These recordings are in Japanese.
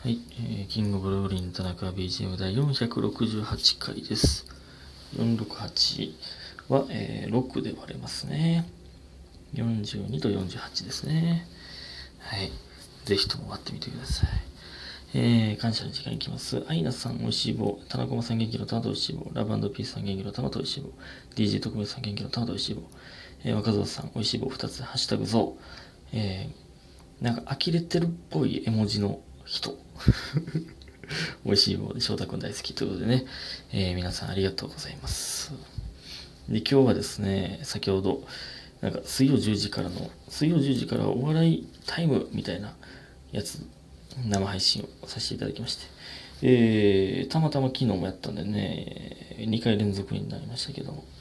はい、キングブルーリン田中 BGM 第468回です。468は、6で割れますね。42と48ですね。はい。ぜひとも割ってみてください。感謝の時間いきます。アイナさん、おいしい棒。田中さん、元気の玉とおいしい棒。ラブ&ピースさん、元気の玉とおいしい棒。DJ 特別さん、元気の玉とおいしい棒。若造さん、おいしい棒2つ。ハッシュタグゾウ。なんか呆れてるっぽい絵文字の人。美味しい棒で翔太くん大好きということでね、皆さんありがとうございます。で、今日はですね、先ほど、なんか水曜10時からお笑いタイムみたいなやつ、生配信をさせていただきまして、たまたま昨日もやったんでね、2回連続になりましたけども、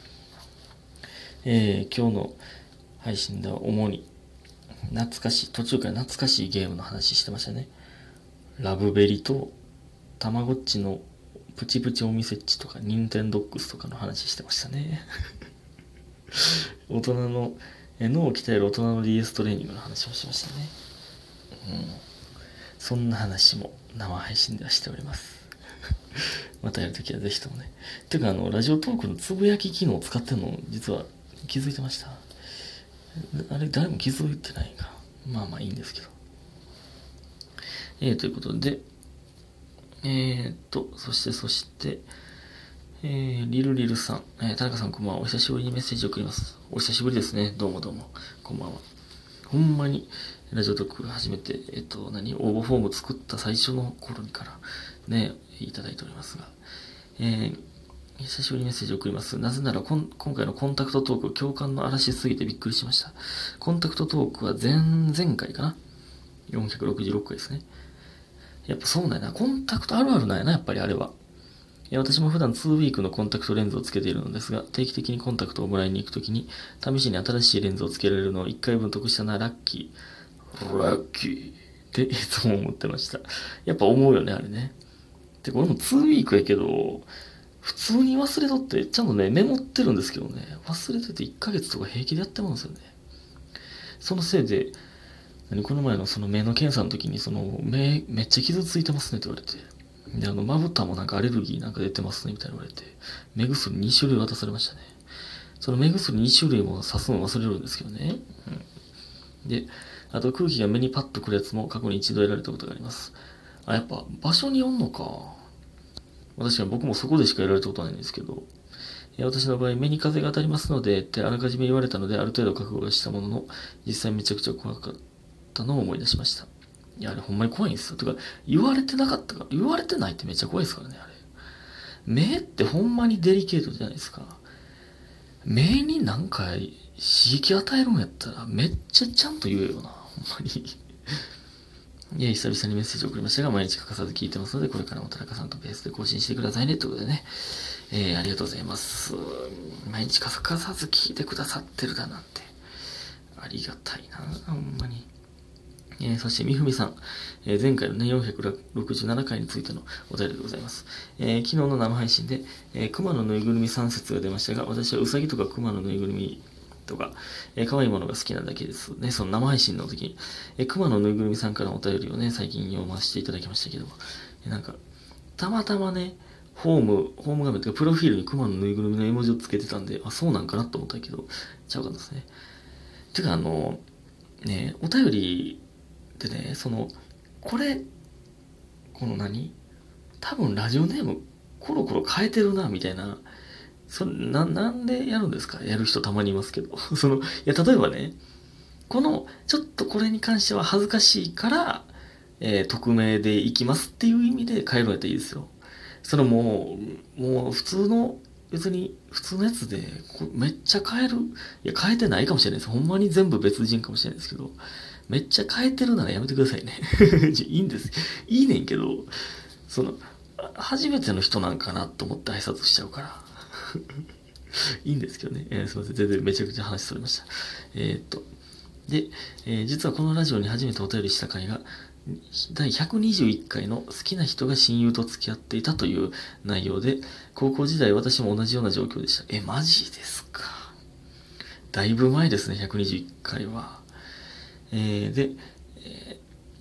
今日の配信では主に途中から懐かしいゲームの話してましたね。ラブベリとたまごっちのプチプチお店っちとかニンテンドックスとかの話してましたね。大人の脳を鍛える大人の DS トレーニングの話をしましたね。そんな話も生配信ではしております。またやるときはぜひともね。てかラジオトークのつぶやき機能を使ってるの実は気づいてました。あれ誰も気づいてないか。まあまあいいんですけど。ということで、そして、リルリルさん、田中さんこんばんは。お久しぶりにメッセージを送ります。お久しぶりですね。どうもどうも。こんばんは。ほんまに、ラジオトーク始めて、応募フォーム作った最初の頃にからね、いただいておりますが、久しぶりにメッセージを送ります。なぜなら今回のコンタクトトーク、共感の嵐すぎてびっくりしました。コンタクトトークは前々回かな ?466 回ですね。やっぱそうなんやな。コンタクトあるあるなんやな、やっぱりあれは。私も普段2ウィークのコンタクトレンズをつけているのですが、定期的にコンタクトをもらいに行くときに、試しに新しいレンズをつけられるのを1回分得したな、ラッキー。ラッキーっていつも思ってました。やっぱ思うよね、あれね。てか俺も2ウィークやけど、普通に忘れとって、ちゃんとね、メモってるんですけどね、忘れてて1ヶ月とか平気でやってますよね。そのせいで、この前のその目の検査の時に、目めっちゃ傷ついてますねって言われて。で、まぶたもなんかアレルギーなんか出てますねみたいな言われて、目薬2種類渡されましたね。その目薬2種類も刺すの忘れるんですけどね。で、あと空気が目にパッとくるやつも過去に一度やられたことがあります。あ、やっぱ場所によんのか。確かに僕もそこでしかやられたことないんですけど、私の場合、目に風が当たりますのでってあらかじめ言われたので、ある程度覚悟はしたものの、実際めちゃくちゃ怖かったのを思い出しました。いや、あれほんまに怖いんですよ。てか、言われてなかったから、言われてないってめっちゃ怖いですからね、あれ。目ってほんまにデリケートじゃないですか。目になんか刺激与えるんやったら、めっちゃちゃんと言えよな、ほんまに。いや、久々にメッセージを送りましたが、毎日欠かさず聞いてますので、これからも田中さんとベースで更新してくださいね、ということでね。ありがとうございます。毎日欠かさず聞いてくださってるだなんて。ありがたいな、ほんまに。そして、みふみさん、前回のね、467回についてのお便りでございます。昨日の生配信で、熊のぬいぐるみ3節が出ましたが、私はうさぎとか熊のぬいぐるみとか、可愛いものが好きなだけですね。その生配信の時に、熊のぬいぐるみさんからお便りをね、最近読ませていただきましたけども、なんか、たまたまね、ホーム画面というか、プロフィールに熊のぬいぐるみの絵文字をつけてたんで、あ、そうなんかなと思ったけど、ちゃうかったですね。てか、ね、お便りでね、これ、この何多分ラジオネームコロコロ変えてるな、みたいな。なんでやるんですか？やる人たまにいますけど。いや、例えばね、ちょっとこれに関しては恥ずかしいから、匿名で行きますっていう意味で変えるんやったらいいですよ。もう別に普通のやつで、めっちゃ変える。いや、変えてないかもしれないです。ほんまに全部別人かもしれないですけど、めっちゃ変えてるならやめてくださいね。いいんです。いいねんけど、その、初めての人なんかなと思って挨拶しちゃうから。いいんですけどね。すいません。全然めちゃくちゃ話それました。で、実はこのラジオに初めてお便りした回が、第121回の好きな人が親友と付き合っていたという内容で、高校時代私も同じような状況でした。マジですか。だいぶ前ですね、121回は。で、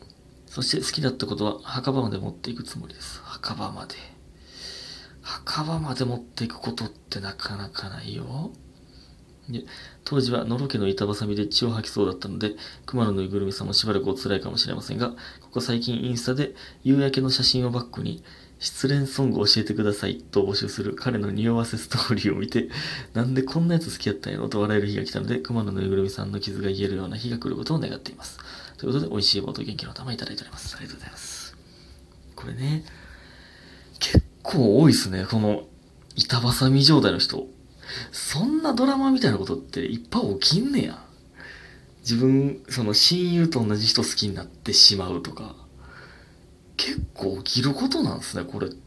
そして好きだったことは墓場まで持っていくつもりです。墓場まで。墓場まで持っていくことってなかなかないよ。で、当時はのろけの板挟みで血を吐きそうだったので、熊野ぬいぐるみさんもしばらくお辛いかもしれませんが、ここ最近インスタで夕焼けの写真をバックに、失恋ソング教えてくださいと募集する彼の匂わせストーリーを見て、なんでこんなやつ好きやったんやろと笑える日が来たので、熊野ぬいぐるみさんの傷が癒えるような日が来ることを願っています。ということで、美味しい棒と元気の玉いただいております。ありがとうございます。これね、結構多いですね、この板挟み状態の人。そんなドラマみたいなことっていっぱい起きんねや。自分、その親友と同じ人好きになってしまうとか。結構起きることなんですね、これって。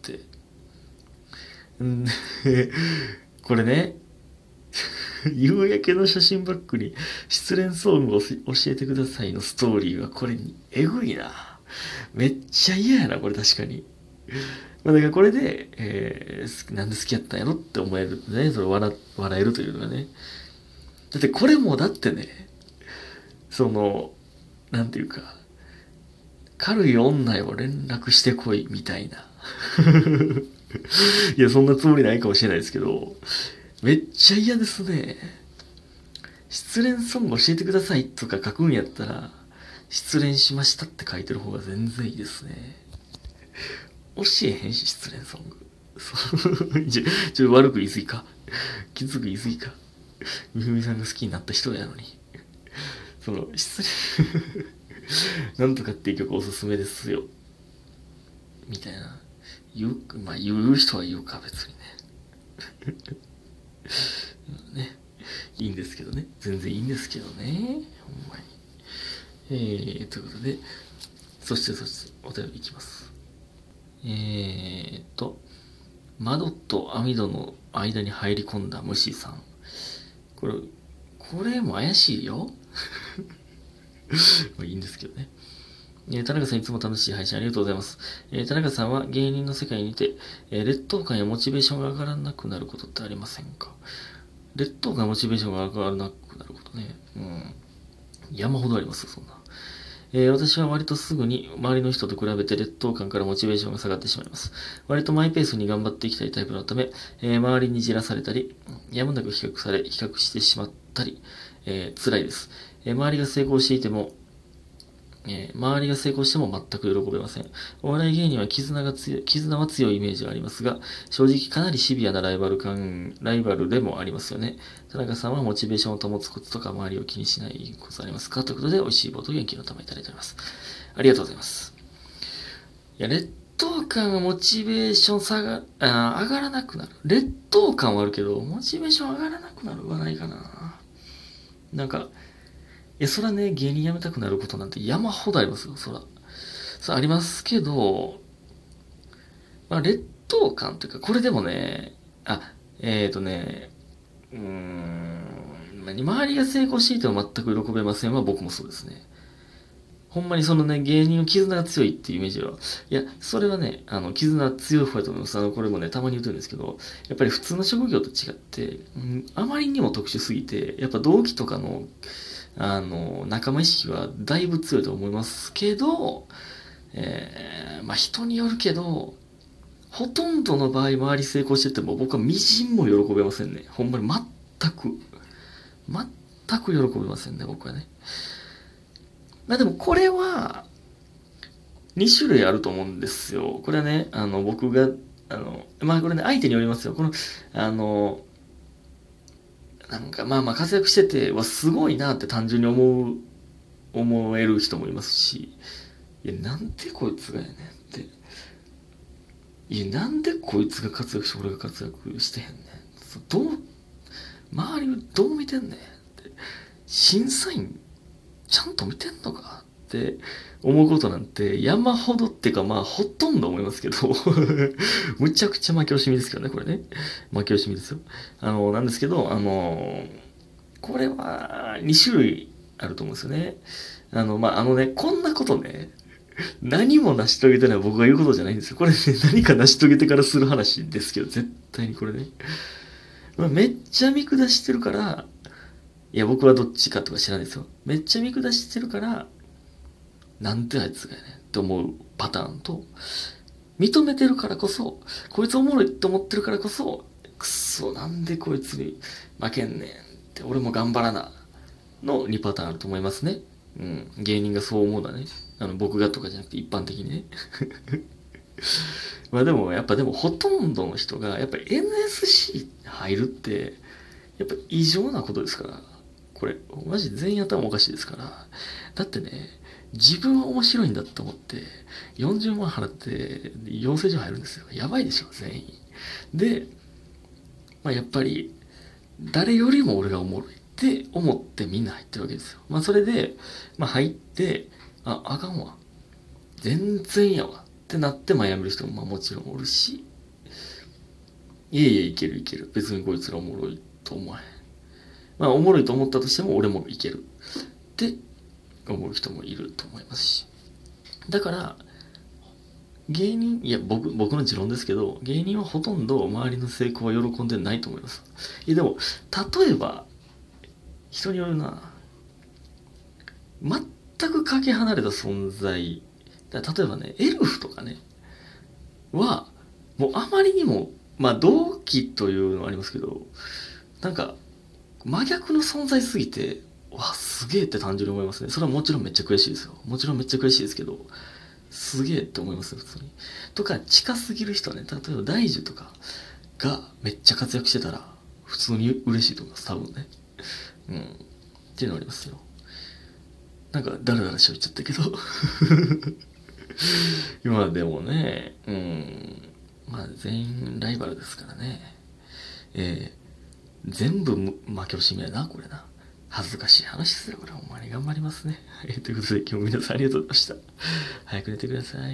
これね、夕焼けの写真バックに失恋ソングを教えてくださいのストーリーがこれにえぐいな。めっちゃ嫌やな、これ確かに。まあだからこれで、なんで好きやったんやろって思えるね。それ笑えるというのがね。だってこれもだってね、その、なんていうか、軽い女よ連絡してこいみたいな。いや、そんなつもりないかもしれないですけど、めっちゃ嫌ですね。失恋ソング教えてくださいとか書くんやったら、失恋しましたって書いてる方が全然いいですね。教えへんし、失恋ソング。ちょっと悪く言い過ぎか。きつく言い過ぎか。みふみさんが好きになった人やのに。その、失恋なんとかっていう曲おすすめですよ。みたいな。まあ言う人は言うか、別にね。ね。いいんですけどね。全然いいんですけどね。ほんまに。ということで、そしてお便りいきます。窓と網戸の間に入り込んだ虫さん。これも怪しいよ。まあいいんですけどね。田中さんいつも楽しい配信ありがとうございます。田中さんは芸人の世界にいて、劣等感やモチベーションが上がらなくなることってありませんか？劣等感、モチベーションが上がらなくなることね。山ほどありますよ、そんな。私は割とすぐに周りの人と比べて劣等感からモチベーションが下がってしまいます。割とマイペースに頑張っていきたいタイプのため、周りにじらされたり、やむなく比較してしまったり、辛いです。周りが成功しても全く喜べません。お笑い芸人は絆は強いイメージがありますが、正直かなりシビアなライバルでもありますよね。田中さんはモチベーションを保つコツとか周りを気にしないコツありますかということで、美味しい棒と元気の玉いただいております。ありがとうございます。いや、劣等感はモチベーション上がらなくなる。劣等感はあるけど、モチベーション上がらなくなるはないかな。なんか、そらね、芸人辞めたくなることなんて山ほどありますよ、そら。ありますけど、まあ、劣等感というか、これでもね、周りが成功していても全く喜べませんは僕もそうですね。ほんまにそのね、芸人の絆が強いっていうイメージは、いや、それはね、絆強い方やと思います。これもね、たまに言うとるんですけど、やっぱり普通の職業と違って、あまりにも特殊すぎて、やっぱ同期とかの、仲間意識はだいぶ強いと思いますけど、まあ人によるけど、ほとんどの場合周り成功してても僕はみじんも喜べませんね。ほんまに全く喜べませんね、僕はね。まあでもこれは、2種類あると思うんですよ。これはね、僕が、まあこれね、相手によりますよ。この、なんかまあ活躍してて、すごいなって単純に思える人もいますし、いや、なんでこいつがやねんって。いや、なんでこいつが活躍して俺が活躍してへんねん。周りどう見てんねんって。審査員、ちゃんと見てんのかって思うことなんて山ほどっていうかまあほとんど思いますけどむちゃくちゃ負け惜しみですけどね、これね。負け惜しみですよ。なんですけど、これは2種類あると思うんですよね。こんなことね、何も成し遂げてない僕が言うことじゃないんですよ。これね、何か成し遂げてからする話ですけど、絶対にこれね。めっちゃ見下してるから、いや、僕はどっちかとか知らないですよ。めっちゃ見下してるから、なんてあいつがやねんっって思うパターンと、認めてるからこそ、こいつおもろいって思ってるからこそ、くっそ、なんでこいつに負けんねんって、俺も頑張らな、の2パターンあると思いますね。うん。芸人がそう思うのはね。僕がとかじゃなくて一般的にね。まあでも、やっぱでもほとんどの人が、やっぱり NSC 入るって、やっぱ異常なことですから。これ、マジ全員頭おかしいですから。だってね、自分は面白いんだと思って、40万払って養成所入るんですよ。やばいでしょ、全員。で、まあやっぱり、誰よりも俺がおもろいって思ってみんな入ってるわけですよ。まあそれで、まあ入って、あかんわ。全然やわ。ってなってまあ辞める人もまあもちろんおるし、いえいえいけるいける。別にこいつらおもろいと思わへん。まあおもろいと思ったとしても俺もいける。って思う人もいると思いますし。だから、芸人、いや僕の持論ですけど、芸人はほとんど周りの成功は喜んでないと思います。いやでも、例えば、人によるな。全くかけ離れた存在。例えばね、エルフとかね、は、もうあまりにも、まあ同期というのはありますけど、なんか、真逆の存在すぎて、わ、すげえって単純に思いますね。それはもちろんめっちゃ悔しいですよ。もちろんめっちゃ悔しいですけど、すげえって思いますよ、普通に。とか、近すぎる人はね、例えば大樹とかがめっちゃ活躍してたら、普通に嬉しいと思います、多分ね。うん。っていうのありますよ。なんか、だらだらしゃべっちゃったけど。今でもね、まあ全員ライバルですからね。全部負け惜しみやな、これな。恥ずかしい話ですよ、これ。ほんまに頑張りますね。ということで今日も皆さんありがとうございました。早く寝てください。